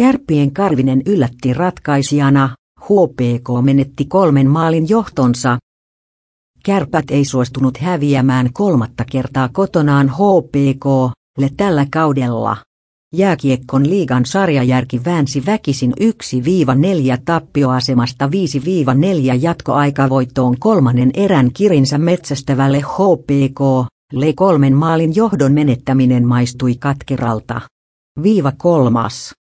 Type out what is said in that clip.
Kärppien Karvinen yllätti ratkaisijana, HPK menetti 3 maalin johtonsa. Kärpät ei suostunut häviämään 3. kertaa kotonaan HPK:lle tällä kaudella. Jääkiekon liigan sarjajärki väänsi väkisin 1-4 tappioasemasta 5-4 jatkoaikavoittoon 3. erän kirinsä metsästävälle HPK:lle 3 maalin johdon menettäminen maistui katkeralta. 3.